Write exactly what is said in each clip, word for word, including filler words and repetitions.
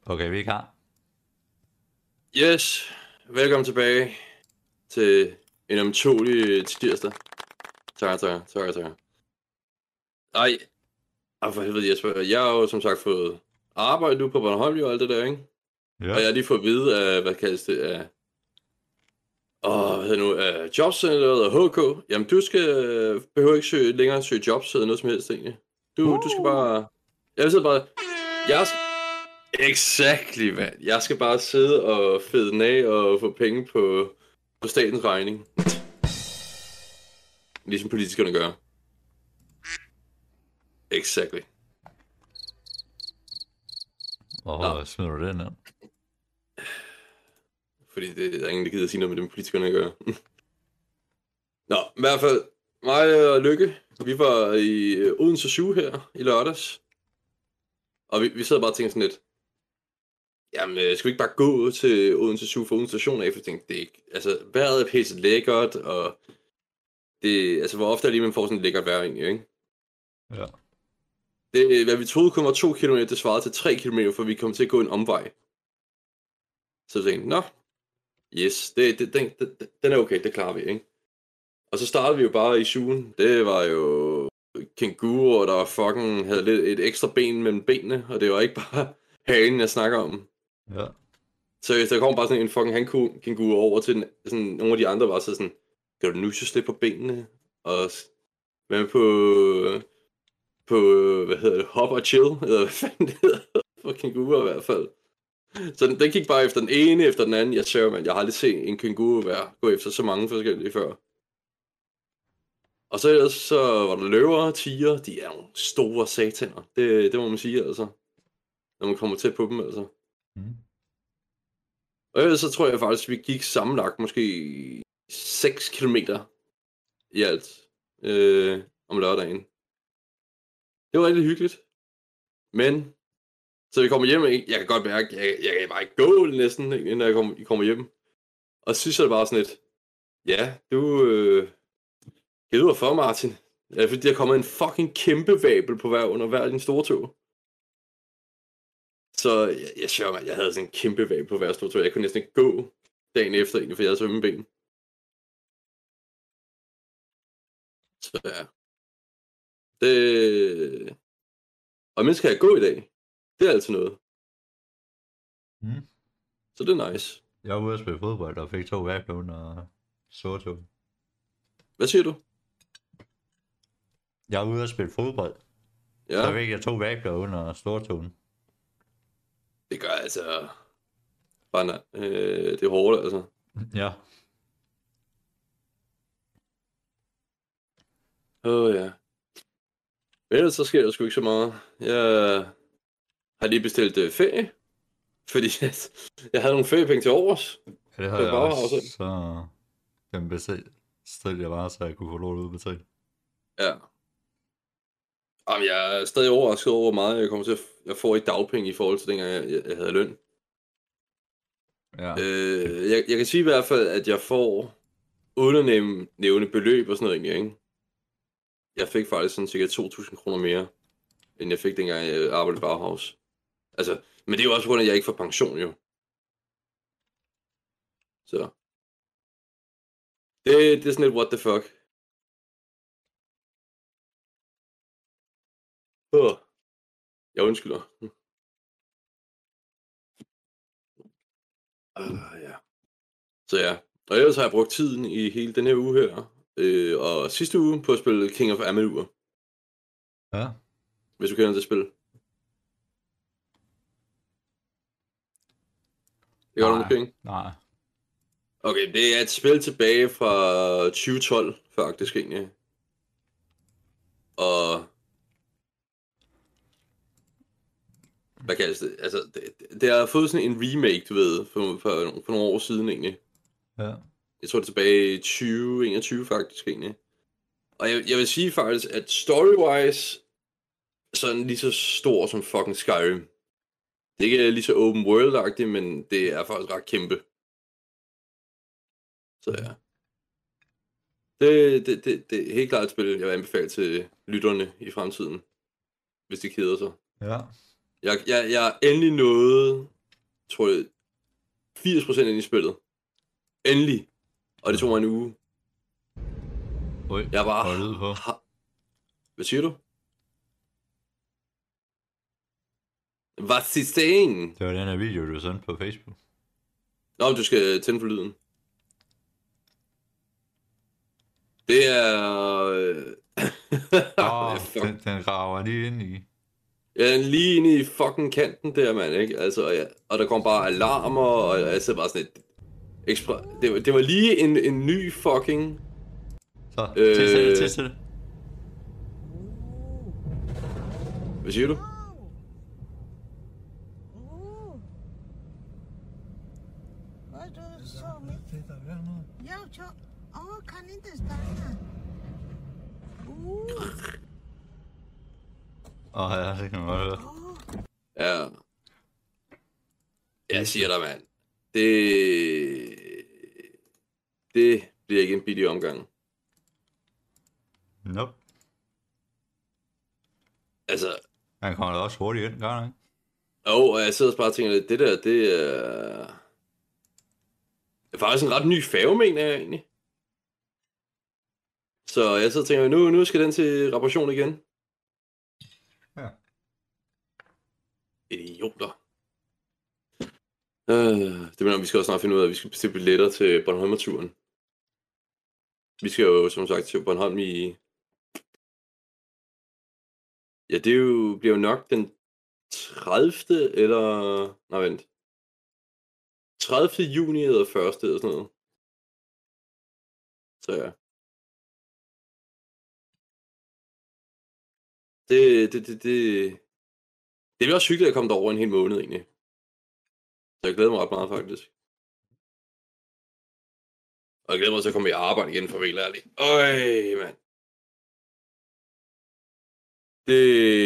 Okay, vi er klar. Yes, velkommen tilbage til en omtålig tirsdag. Tak, tak, tak, tak. Ej, ah, for helvede Jesper, jeg har jo som sagt fået arbejde nu på Bornholm og alt det der, ikke? Ja. Og jeg har lige fået at vide af, hvad kaldes det, af, åh, hvad hedder nu, af jobcenteret og H K. Jamen, du skal, behøver ikke søge, længere søge jobs eller noget som helst, egentlig. Du, uh. du skal bare, jeg sidder bare, jeg skal, exactly, mand. Jeg skal bare sidde og fede den af og få penge på, på statens regning. Ligesom politikerne gør. Exactly. Hvorfor smider du den her? Fordi det, der er ingen, der gider at sige noget med det, politikerne gør. Nå, i hvert fald, mig og Lykke, vi var i Odense Zoo her i lørdags. Og vi, vi sad bare og tænkte sådan lidt, jamen, skal vi ikke bare gå til Odense Zoo for Odense Station af? For jeg tænkte, det er ikke, altså, vejret er pisse lækkert, og det, altså, hvor ofte er det lige, man får sådan et lækkert vejr egentlig, ikke? Ja. Det, hvad vi troede kun var to kilometer, det svarede til tre kilometer, for vi kom til at gå en omvej. Så jeg tænkte, nå, yes, det, det, den, den, den er okay, det klarer vi, ikke? Og så startede vi jo bare i zooen. Det var jo kænguruer, der fucking havde lidt et ekstra ben mellem benene, og det var ikke bare hagen, jeg snakker om. Ja. Så der kom bare sådan en fucking hankænguru over til den, sådan, nogle af de andre var så sådan, kan du nu så slippe på benene, og være med på, på, hvad hedder det, hop og chill, eller hvad fanden det hedder, for kænguruer i hvert fald. Så den, den gik bare efter den ene, efter den anden. Jeg ser, man, jeg har aldrig set en kænguru være, gå efter så mange forskellige før. Og så ellers, så var der løver, tiger, de er nogle store sataner, det, det må man sige, altså. Når man kommer tæt på dem, altså. Mm. Og ellers så tror jeg faktisk, vi gik sammenlagt måske seks kilometer i alt øh, om lørdagen. Det var rigtig hyggeligt. Men, så vi kommer hjem, jeg kan godt mærke, jeg, jeg kan bare ikke gå næsten, inden jeg kommer, kommer hjem. Og så synes jeg det bare sådan lidt, ja, du, øh, kan du for Martin? Ja, fordi der kommer en fucking kæmpe vabel på hver, under hver din store tog. Så jeg, jeg sjov, man, jeg havde sådan en kæmpe vabel på hver store tog. Jeg kunne næsten ikke gå dagen efter, egentlig, for jeg havde svømmeben. Så ja. Det... Og men skal jeg gå i dag? Det er altid noget. Mm. Så det er nice. Jeg var ude at spille fodbold og fik to vabler under sortog. Hvad siger du? Jeg var ude at spille fodbold. Ja. Så fik jeg to vabler under stortogen. Det gør altså... Bare nej. Øh, det er hårdt, altså. Ja. Åh oh, ja. Men ellers så sker der sgu ikke så meget. Jeg har lige bestilt øh, ferie. Fordi jeg havde nogle feriepenge til overs. Ja, det havde jeg også. Så den bestilte jeg bare, så jeg kunne få lov at udbetale. Ja. Jamen, jeg er stadig overrasket over, hvor meget jeg kommer til at jeg får i dagpenge i forhold til dengang jeg, jeg havde løn. Ja. Øh, jeg, jeg kan sige i hvert fald, at jeg får uden at nævne beløb og sådan noget egentlig, ikke? Jeg fik faktisk sådan cirka to tusind kroner mere, end jeg fik dengang jeg arbejdede i Bauhaus. Altså, men det er jo også på grund af, at jeg ikke får pension, jo. Så. Det, det er sådan lidt what the fuck. Åh. Jeg undskylder. Uh, ja. Så ja. Og ellers har jeg brugt tiden i hele den her uge her. Øh, og sidste uge på at spille King of Amalur. Ja. Hvis du kender det spil. Det gør du måske? Nej. Okay, det er et spil tilbage fra tyve tolv, faktisk egentlig. Og... Hvad kaldes det? Altså, det, det har fået sådan en remake, du ved, for, for, for nogle år siden egentlig. Ja. Jeg tror det er tilbage i tyve enogtyve faktisk egentlig. Og jeg, jeg vil sige faktisk, at story-wise, sådan lige så stor som fucking Skyrim. Det er ikke lige så open world-agtigt, men det er faktisk ret kæmpe. Så ja. Det, det, det, det er helt klart et spil, jeg vil anbefale til lytterne i fremtiden, hvis de keder sig. Ja. Jeg, jeg, jeg er endelig nået tror jeg, firs procent ind i spillet. Endelig. Og det tog mig en uge. Ui, Jeg bare... har lyd på. Ha... Hvad siger du? Hvad siger du? Det var den her video, du sendte på Facebook. Nå, du skal tænde for lyden. Det er... Åh, oh, den, den graver lige ind i. Ja, lige inde i fucking kanten der, mand, ikke? Altså, ja. Og der kom bare alarmer, og jeg sidder bare sådan et... Ekspre... Det, var, det var lige en, en ny fucking... Så, øh... teste det, teste det. Hvad siger du? Yo, yo, oh, kan inte stanna. Uh. Åh, oh, ja, det kan man godt høre. Ja. Jeg siger dig, mand. Det... Det bliver ikke en billig omgang. Nope. Altså... Han kommer da også hurtigt ind, gør han ikke? Jo, og jeg sidder også bare og tænker lidt, det der, det er... Det er faktisk en ret ny færge, mener jeg egentlig. Så jeg sidder og tænker, nu, nu skal den til reparation igen. Ja. Idioter. Øh, det mener, vi skal også snart finde ud af, at vi skal bestille billetter til Bornholmer-turen. Vi skal jo, som sagt, til Bornholm i... Ja, det er jo, bliver jo nok den tredivte eller... Nej, vent. tredivte juni eller første eller sådan noget. Så ja. Det, det, det, det... Det bliver også hyggeligt at komme derover en hel måned, egentlig. Så jeg glæder mig ret meget, faktisk. Og jeg glæder mig til at komme i arbejde igen, for at være helt ærlig. Øj, mand. Det...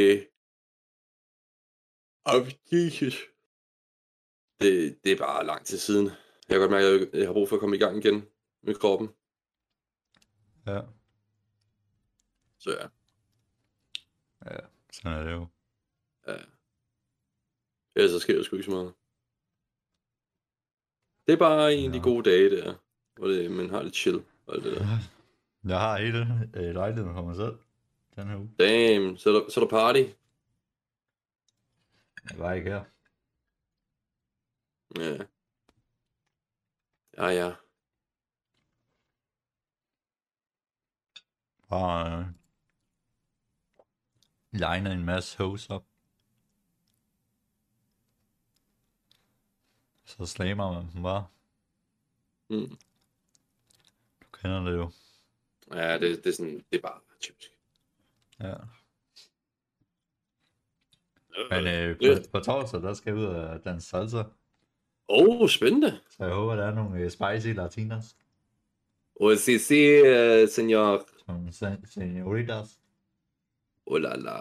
Oh, Jesus. Det, det er bare lang tid siden. Jeg kan godt mærke, at jeg har brug for at komme i gang igen med kroppen. Ja. Så ja. Ja, sådan er det jo. Ja. Ja, så sker der sgu ikke så meget. Det er bare en af de gode dage der, hvor det, man har lidt chill og alt det der. Jeg har hele øh, lejligheden for mig selv, den her uge. Damn, så er der, så er der party. Jeg var ikke her. Ja. Ja, ja. Bare øh, liner en masse hoes op. Så slammer man dem bare. Mm. Du kender det jo. Ja, det, det er sådan, det er bare typisk. Ja. Men øh, på, Ja. på torsdag, der skal jeg ud og danse salsa. Åh, oh, spændende. Så jeg håber, der er nogle øh, spicy latinas. Og si, si, uh, senor. Nogle sen- senoritas. Oh la la.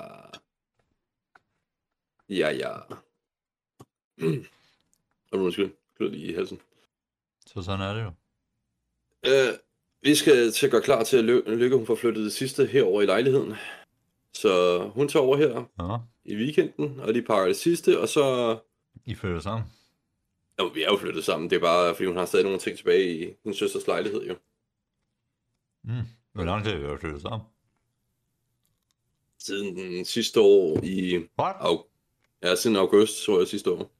Ja, ja. Mm. Og nu undskyld, klød lige i halsen. Så sådan er det jo. Uh, vi skal til at gøre klar til at Ly- Lykke, hun får flyttet det sidste herover i lejligheden. Så hun tager over her Ja, i weekenden, og de pakker det sidste, og så... I følger sammen. Jo, vi er jo flyttet sammen, det er bare, fordi hun har stadig nogle ting tilbage i hendes søsters lejlighed, jo. Mm. Hvor lang tid har vi været flyttet sammen? Siden den sidste år i... What? Au- ja, siden august, tror jeg, sidste år.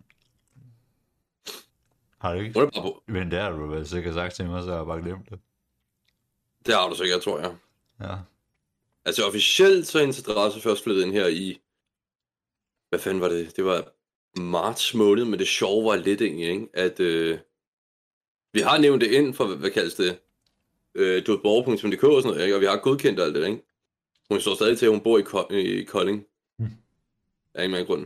Har du ikke? Hun er bare på. Men det har du vel sikkert sagt til mig, så har jeg bare glemt det. Det har du sikkert, tror jeg. Ja. Altså officielt så er hendes adresse først flyttet ind her i... Hvad fanden var det? Det var marts måned, men det sjove var lidt egentlig, ikke? At øh, vi har nævnt det ind for, hvad kaldes det? Øh, dotborg punktum d k og sådan noget, ikke? Og vi har godkendt alt det, ikke? Hun står stadig til, at hun bor i, Ko- i Kolding. Hmm. Af en eller anden grund.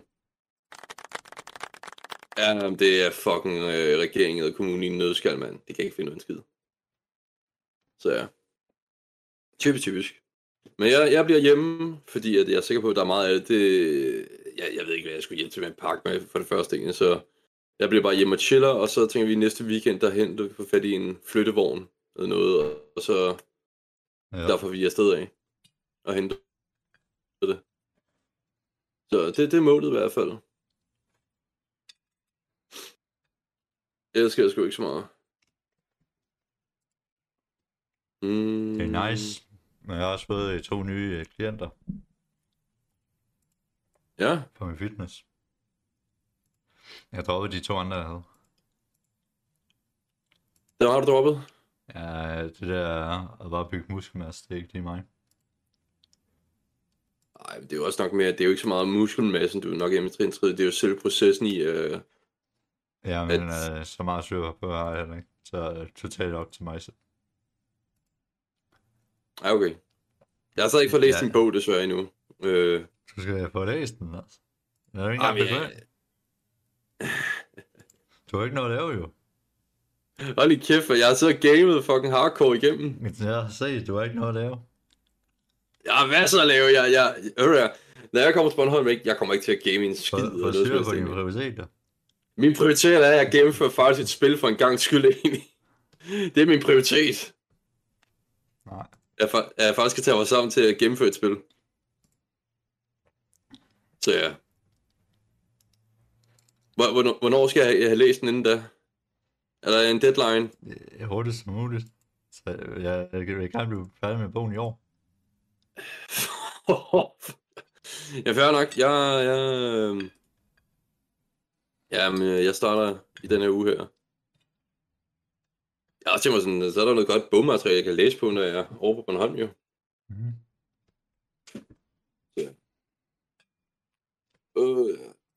Ja, det er fucking øh, regeringen og kommunen i en nødskal, mand. Det kan ikke finde ud af en skid. Så ja. Typisk, typisk. Men jeg, jeg bliver hjemme, fordi at jeg er sikker på, at der er meget af det. det jeg, jeg ved ikke, hvad jeg skulle hjem til med en pakke med for det første ting. Så jeg bliver bare hjemme og chiller, og så tænker vi næste weekend derhen, du kan få fat i en flyttevogn eller noget, og, og så Ja. der får vi afsted af og hente det. Så det, det er målet i hvert fald. Ellers sker der sgu ikke så meget. Mm. Det er nice. Men jeg har også fået øh, to nye øh, klienter Ja, på min fitness. Jeg droppede de to andre, jeg havde. den har du droppet. Ja, det der at bare bygge muskelmasse, det er ikke lige mig. Nej, det er jo også nok mere, det er jo ikke så meget muskelmassen, du er nok hjemme i trin tre. Det er jo selve processen i... Øh... Ja, men At- øh, så meget syre på har jeg heller ikke. Så øh, totalt op til mig selv. Ja, okay. Jeg har så ikke fået læst Ja. din bog, desværre, endnu. Øh... Du skal få læst den, altså. Jeg har ikke Jamen, engang jeg... begyndt. Du har ikke noget at lave, jo. Hold lige kæft, for jeg har siddet og gamet fucking hardcore igennem. Men jeg har set, du har ikke noget at lave. Jeg har masser at lave. Jeg, jeg, hør jeg, når jeg kommer til Bornholm, ikke, jeg kommer ikke til at game en skid. For, eller for noget som styr helst på dine egentlig. prioriteter. Min prioritet er, at jeg gennemfører faktisk et spil for en gang skyld egentlig. Det er min prioritet. Nej. Jeg, fa- jeg faktisk skal tage mig sammen til at gennemføre et spil. Så ja. Hvor- Hvornår, hvornår skal jeg have læst den inden da? Er der en deadline? Det er hurtigt som muligt. Så jeg, jeg, jeg kan blive færdig med bogen i år. Ja, fair nok. Jeg, jeg, øhm, jamen, jeg starter i den her uge her. Jeg har også tænkt mig sådan, så er der noget godt bogmateriale, jeg kan læse på, når jeg er over på Bornholm, jo. Mm-hmm. Øh.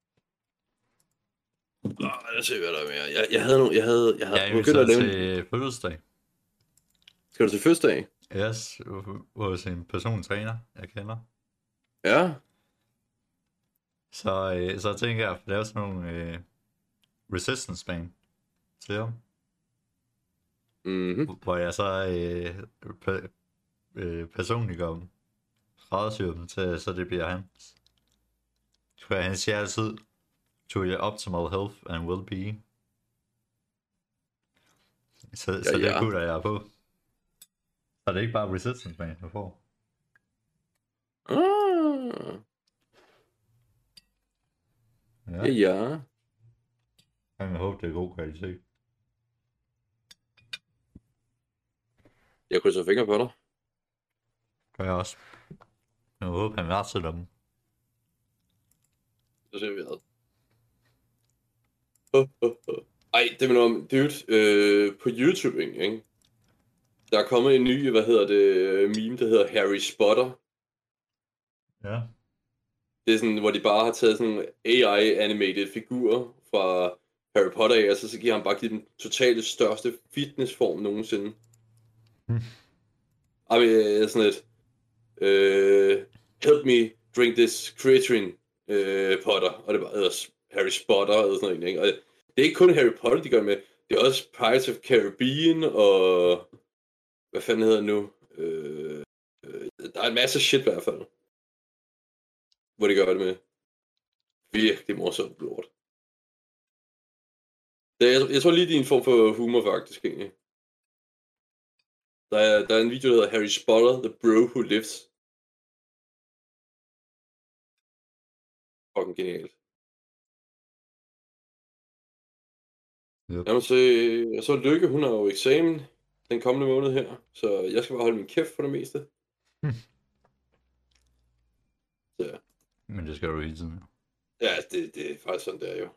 Åh, lad os se, hvad der er mere. Jeg, jeg havde nogle, jeg havde, jeg havde Jeg er begyndt at inviteret lave... til fødselsdag. Skal du til fødselsdag? Yes, hos en persontræner, jeg kender. Ja. Så, øh, så tænker jeg at lave sådan nogle øh, resistance band til ham. Mhm. Hvor jeg så øh, pe- øh, personligt gør dem. Rædsyr dem til, så det bliver hans. For han siger altid, to your optimal health and well-being. Så, ja, så det ja. putter jeg på. Så det er ikke bare resistance band, du får. Ah. Ja, Ja, ja. jeg vil håbe, det er god kvalitet. Jeg krydser fingre på dig. Gør jeg også. Jeg håber, han værdsætter dem. Så ser vi ad. Oh, oh, oh. Ej, det er om, dude, øh, på YouTube, ikke? Der er kommet en ny, hvad hedder det, meme, der hedder Harry Spotter. Ja. Det er sådan, hvor de bare har taget sådan A I-animated figurer fra Harry Potter af, og så, så giver han bare givet den totalt største fitnessform nogensinde. Hmm. Ej, men øh, sådan et, øh, help me drink this creatine, øh, Potter, og det er bare, eller Harry Spotter, eller sådan noget, ikke? Og det er ikke kun Harry Potter, de gør med, det er også Pirates of Caribbean, og hvad fanden hedder det nu? Øh, øh, der er en masse shit i hvert fald. Hvor de gør det med virkelig morsomt lort. Det er, jeg, jeg tror lige, det er en form for humor faktisk, egentlig. Der er, der er en video, der hedder Harry Spotter, The Bro Who Lives. Fucking genialt. Yep. Lad mig se, jeg så Lykke, hun har jo eksamen den kommende måned her, så jeg skal bare holde min kæft for det meste. Hmm. Så Men det skal du hele tiden. ja, det, det er faktisk sådan, det er jo.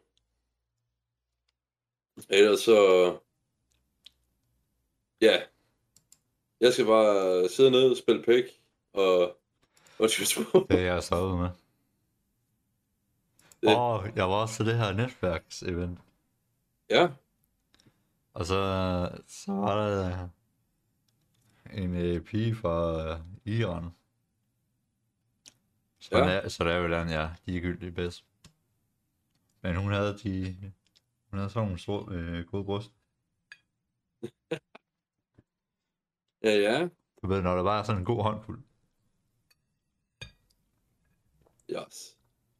Ellers så... Ja. Jeg skal bare sidde nede og spille pæk, og... Undskyld. Det er jeg så ude med. Det- Åh, oh, jeg var også til det her netværksevent. Ja. Og så, så var der en øh, pige fra øh, Iran. Så, Ja. ja. der, så der er jo den, jeg ligegyldigt bedst. Men hun havde de... Hun havde sådan nogle store, øh, gode bryst. Ja, ja. Du ved, når der bare er sådan en god håndfuld. Yes.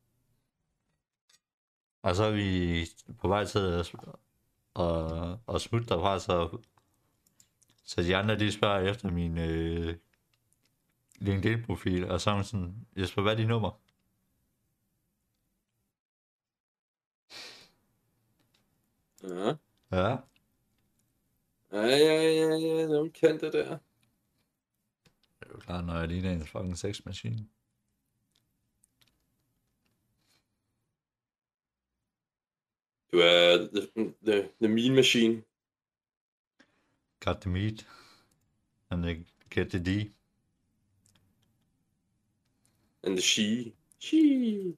Og så er vi på vej til at, at, at smutte derfra, så, så de andre, de spørger efter min øh, LinkedIn-profil, og så er hun sådan, Jesper, hvad er dit nummer? Ja. Ja. Ja, ja, ja, ja, nogen kan det der. Det er jo klart, når jeg ligner en fucking sexmaskine. Du er the, the, the mean machine. Got the meat. And they get the D. And the she. She.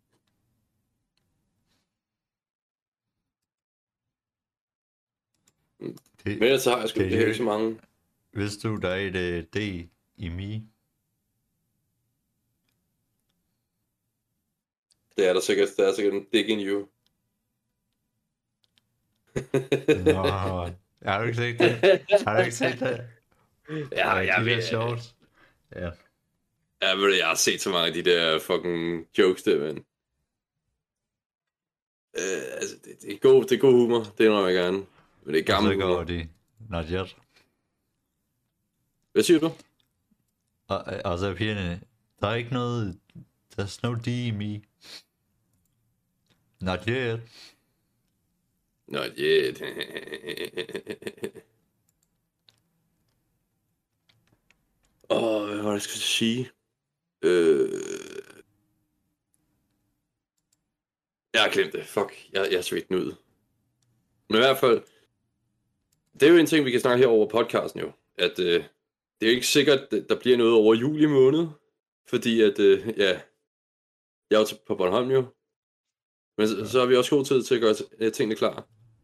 Det, Men ellers så har jeg sgu det er det er jo- ikke så mange. Vidste du, der er et uh, D i me? Det er der sikkert. Der er sikkert en dick in you. Nå, jeg har du ikke set det? Har du ikke set det? Ja, Øh, jeg de ved, der shorts. Ja. jeg, ved, jeg har set så mange af de der fucking jokes der, men... Øh, altså, det, det, er god, det er god humor, det er jeg gerne. Men det er Og gammel så går humor. de not yet. Hvad siger du? Og, og så er pigerne, der er ikke noget, there's no D i me. Not yet. Not yet. Åh, hvad var det, jeg skulle sige? Øh... Jeg har glemt det. Fuck, jeg, jeg er svedt den ud. Men i hvert fald, det er jo en ting, vi kan snakke her over podcasten jo. At øh, det er jo ikke sikkert, at der bliver noget over juli måned. Fordi at, øh, ja, jeg er jo til- på Bornholm jo. Men så, så har vi også god tid til at gøre t- øh, tingene klar.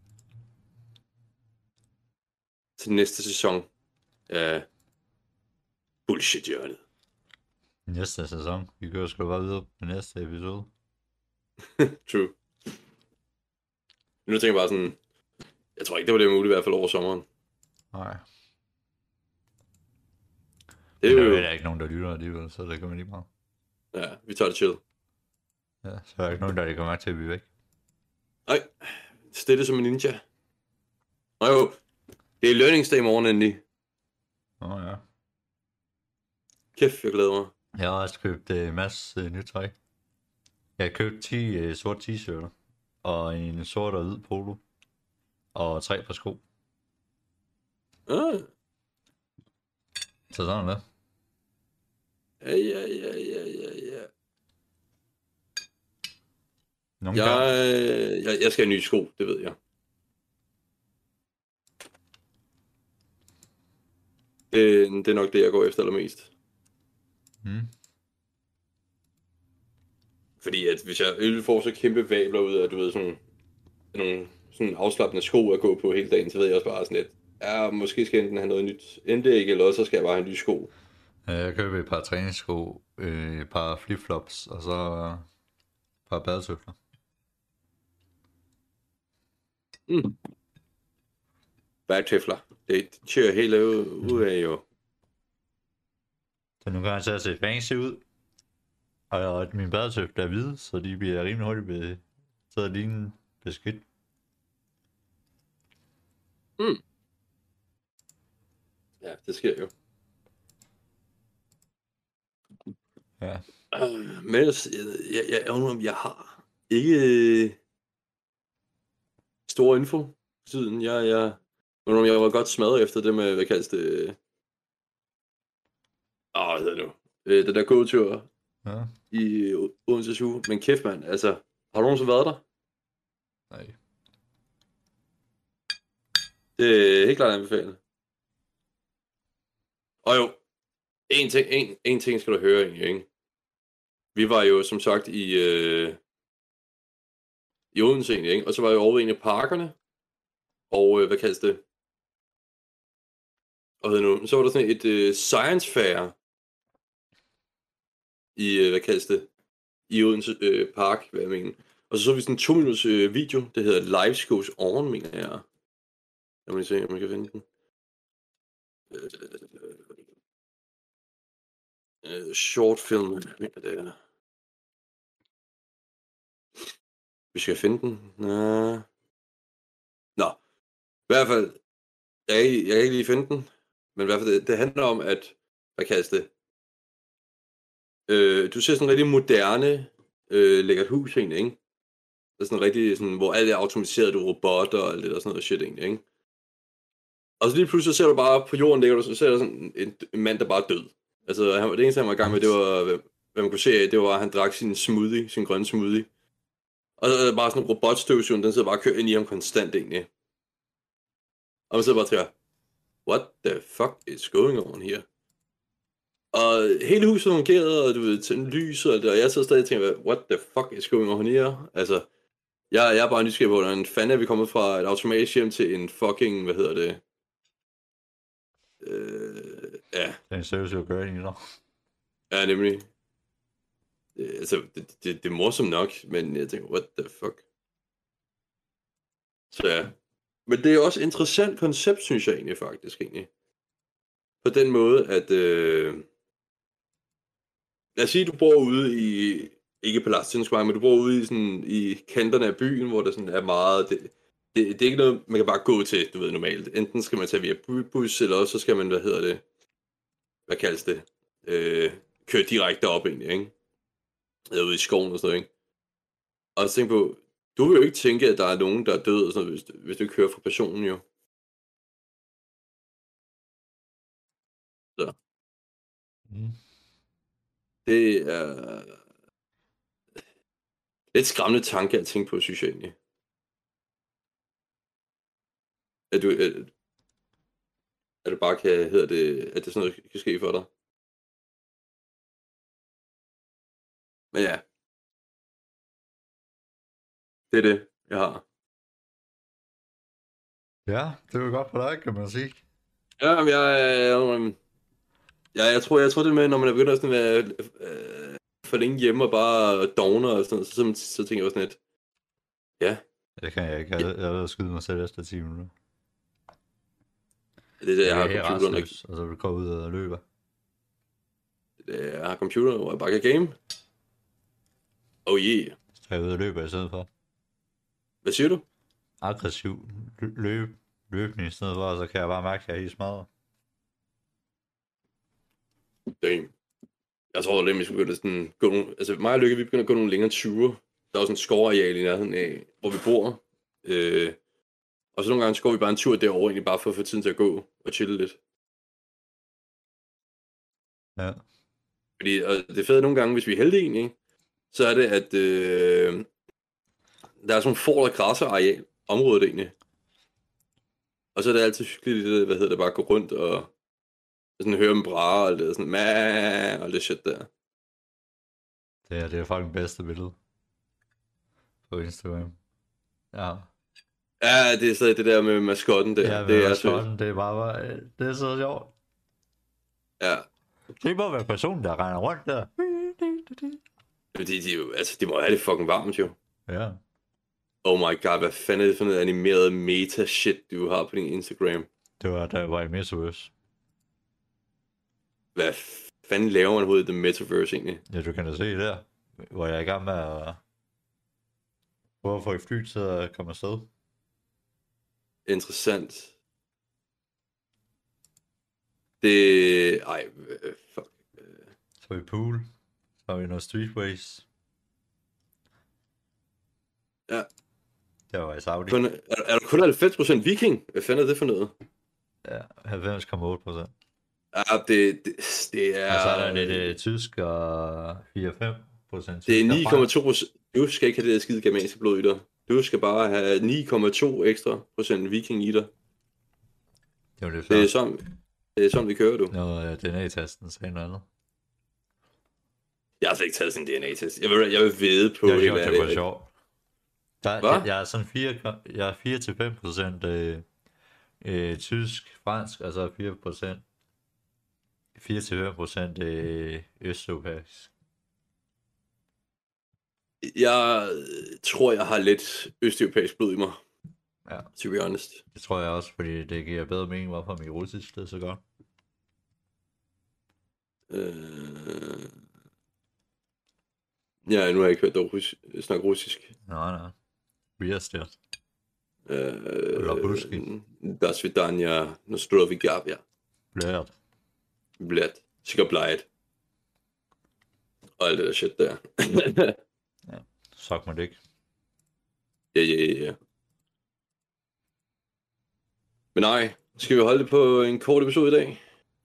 Til næste sæson af Bullshit-hjørnet. Næste sæson. Vi kører sgu bare videre på næste episode. True. Nu tænker jeg bare sådan, jeg tror ikke, det var det muligt i hvert fald over sommeren. Nej. Det er Der jo, er der ikke nogen, der lytter alligevel, så det kommer lige meget. ja, vi tager det chill. Ja, så er der ikke nogen, der kommer til at blive væk. Nej, stille som en ninja. Og jo, det er lønningsdag i morgen endelig. Åh oh, ja. Kæft, jeg glæder mig. Jeg har også købt en uh, masse uh, nyt tøj. Jeg har købt ti uh, sorte t-shirts. Og en sort og hvid polo. Og tre par sko. Ah, Så sådan der. ja, ja, ja, ja, ja, ja. Nogle gange. Jeg, jeg, jeg skal have nye sko, det ved jeg. Det, det er nok det, jeg går efter allermest. Hmm. Fordi at hvis jeg øl får så kæmpe vabler ud af, du ved, sådan nogle sådan afslappende sko at gå på hele dagen, så ved jeg også bare sådan lidt, ja, måske skal jeg enten have noget nyt indlæg, eller også skal jeg bare have nye sko. Øh, Jeg købte et par træningssko, øh, et par flipflops, og så et par badetøfler. Mm. Badtøfler. Det kører helt ud af jo. Så nu kan jeg så se fancy ud. Og min badetøfler er hvide, så de bliver rimelig hurtigt be... så er de en beskidt. Mm. Ja, det sker jo. Ja. Uh, men ellers, jeg, jeg, jeg, jeg undrer, om jeg har ikke øh, stor info siden. Jeg, jeg undrer, om jeg var godt smadret efter det med, hvad kaldes det? Åh, oh, hvad hedder det nu? Øh, den der gåtur Ja. i Odense uge. Men kæft, mand, altså, har du nogensinde været der? Nej. Det er helt klart anbefalet. Og jo, en ting, en, en ting skal du høre egentlig, ikke? Vi var jo som sagt i, øh, i Odense egentlig, ikke? Og så var jeg over i en af parkerne. Og øh, hvad kaldes det? Og hvad nu? Så var der sådan et øh, science fair i, øh, hvad kaldes det? I Odense øh, Park, hvad jeg mener. Og så så vi sådan en to minutters øh, video, det hedder Life Goes On, mener jeg. Lad mig lige se, om jeg kan finde den. Øh, øh, short film, mener det er. Vi skal finde den. Nå. Nå. I hvert fald, jeg, jeg kan ikke lige finde den. Men i hvert fald, det, det handler om, at, hvad kaldes det? Øh, du ser sådan en rigtig moderne, øh, lækkert hus egentlig, ikke? Det er sådan rigtig, sådan, hvor alt er automatiseret, du er robotter og alt det der sådan noget shit egentlig, ikke? Og så lige pludselig så ser du bare på jorden, ligger du, så ser du sådan en, en mand, der bare er død. Altså, han, det eneste, han var i gang med, det var, hvad, hvad man kunne se af, det var, at han drak sin smoothie, sin grønne smoothie. Og så er der bare sådan en robotstøvsuger, den sidder bare og kører ind i ham konstant egentlig. Og man sidder bare og tænker, what the fuck is going on here? Og hele huset fungerede, og du ved, tændte lys og alt det, og jeg sidder stadig og tænker, what the fuck is going on here? Altså, jeg, jeg er bare nysgerrig på, hvordan fanden er vi kommet fra et automatisk hjem til en fucking, hvad hedder det? Øh, ja. Det er en service, du gør ind i dig. Ja, nemlig. Det, altså, det, det, det er morsomt nok, men jeg tænker, what the fuck? Så ja. Men det er også et interessant koncept, synes jeg egentlig faktisk, egentlig. På den måde, at... Øh... Lad os sige, du bor ude i... Ikke på Lastensvej, men du bor ude i, sådan, i kanterne af byen, hvor der sådan er meget... Det, det, det er ikke noget, man kan bare gå til, du ved, normalt. Enten skal man tage via bus, eller også så skal man, hvad hedder det... Hvad kaldes det? Øh... Køre direkte op egentlig, ikke? Eller ude i skoven og sådan noget, ikke? Og så tænk på... Du vil jo ikke tænke, at der er nogen, der er død, og sådan noget, hvis, hvis du kører fra personen, jo. Så. Mm. Det er... lidt skræmmende tanke at tænke på, synes jeg egentlig. At du, at, at du bare kan, hedder det, at det sådan noget kan ske for dig. Men ja. Det er det, jeg har. Ja, det var godt for dig, kan man sige. Ja, men jeg, jeg, jeg, jeg, tror, jeg tror det med, når man er begyndt at sådan være øh, for længe hjemme og bare dogner og sådan noget, så, så, så tænker jeg også sådan lidt, ja. Det kan jeg ikke. Jeg, jeg er ved at skyde mig selv efter ti minutter. Det er det, jeg har helt computeren. rastløs, og så vil du komme ud og løbe. Det er, jeg har computer, hvor jeg bare kan game. Oh yeah. Så er jeg ude og løber i stedet for. Hvad siger du? Aggressiv løb, løbende i stedet for, og så kan jeg bare mærke, at jeg er helt smadret. Damn. Jeg tror lidt, vi skal begynde at sådan, gå nogle, altså mig og Lykke, vi begynder at gå nogle længere ture. Der er også en skovareal i nærheden af, hvor vi bor. Øh, og så nogle gange så går vi bare en tur derover egentlig bare for at få tiden til at gå og chille lidt. Ja. Fordi og det fede nogle gange, hvis vi er heldige egentlig, så er det, at øh, der er sådan en for- og græsseareal området egentlig. Og så er det altid hyggeligt, det, hvad hedder det, bare at gå rundt og sådan høre dem brage, og det er sådan, mæh, og det shit der. Det er, det er fucking bedste billede. På Instagram. Ja. Ja, det er så det der med maskotten der. Ja, det er sådan, det er bare, bare, det er så sjovt. Ja. Det må være personen, der render rundt der. De, de, de, altså, de må have det fucking varmt jo. Ja. Oh my god, hvad fanden er det for noget animeret meta-shit, du har på din Instagram? Det var, da jeg var i Metaverse. Hvad fanden laver man overhovedet i The Metaverse egentlig? Ja, du kan da se der, hvor jeg er i gang med at prøve at få et fly til at komme afsted. Interessant. Det... Ej, fuck. Så er vi pool. Så har vi noget street race. Ja. Det var i Saudi. Kun, er, er der kun halvfems procent viking? Hvad fanden er det for noget? Ja, halvfems komma otte procent. Ja, det, det, det er... Og så er der lidt uh, tysk og fire til fem procent. Det er ni komma to procent. Du skal ikke have det der skide germanske blod i dig. Du skal bare have ni komma to ekstra procent viking i dig. Det, var det, det er sådan, det er sådan, vi kører, du. Når uh, D N A-testen sagde noget andet. Jeg har slet ikke taget sådan en D N A-test. Jeg vil, jeg vil vide på... Det var sjovt, det var sjovt. Der, jeg, jeg er sådan fire til fem procent øh, øh, tysk, fransk, og så fire procent fire til fem procent øh, østeuropæisk. Jeg tror, jeg har lidt østeuropæisk blod i mig. Ja. To be honest. Det tror jeg også, fordi det giver bedre mening, hvorfor min russisk det er så godt. Øh... Ja, nu har jeg ikke hørt dig rus- snakke russisk. Nej, nej. Viastet. Øh... Labuski. Da svidania, nostrovigavia. Blæret. Blæt. Sikkert bleget. Og alt det der shit der. Ja, suck mig det ikke. Ja, ja, ja, ja. Men nej, skal vi holde det på en kort episode i dag?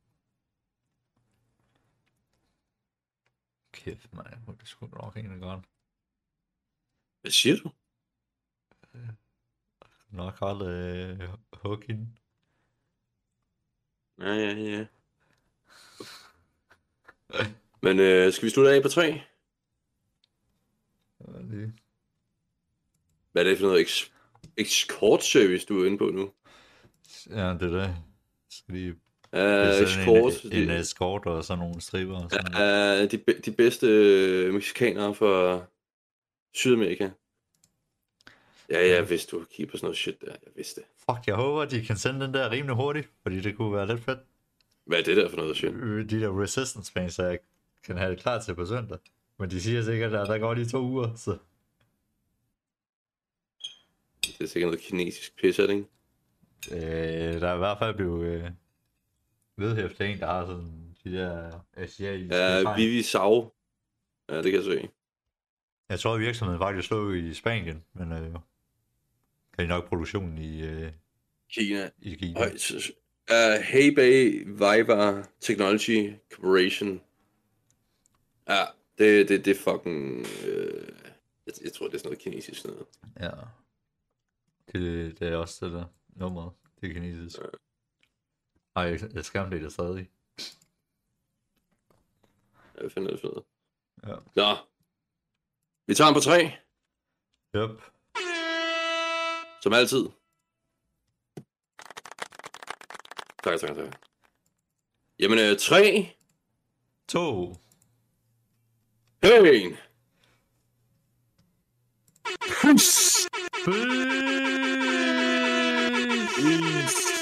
Kæft, man. Det skulle nok egentlig godt. Hvad siger du? Nok holde øh, hug hende. Ja, ja, ja. Men øh, skal vi slutte af på tre? Ja, det... Hvad er det for noget ex- escort service, du er inde på nu? ja, det er det. Skal lige... Uh, det er sådan escort. en, en, en escort og sådan nogle striber. Og sådan Uh, de, be- de bedste øh, mexikanere fra Sydamerika. Ja, jeg vidste, du kunne kigge på sådan noget shit der. Jeg vidste det. Fuck, jeg håber, de kan sende den der rimelig hurtigt, fordi det kunne være lidt fedt. Hvad er det der for noget shit? De der resistance bands, så jeg kan have det klar til på søndag. Men de siger sikkert, at der går lige to uger, så... Det er sikkert noget kinesisk pis, er det ikke? Øh, der er i hvert fald blevet øh, vedhæftet en, der har sådan de der asiatiske Ja, tegn. Vivi Sau. Ja, det kan jeg se. Jeg tror, at virksomheden faktisk slog i Spanien, men øh, kan de nok produktionen i, øh, Kina. i Kina. Højt. Uh, Hebei Viva Technology Corporation. Ja, det, det, det er fucking... Øh, jeg, jeg tror, det er sådan noget kinesisk noget. Ja. Det, det er også det der nummer. Det er kinesisk. Ja. Ej, jeg, jeg skærmte det stadig. Ja, hvad fanden er det for noget? Ja. Nå. Vi tager den på tre. Yep. Som altid. Tak, tak, tak. Jamen, øh, tre. To. En. Peace. Peace.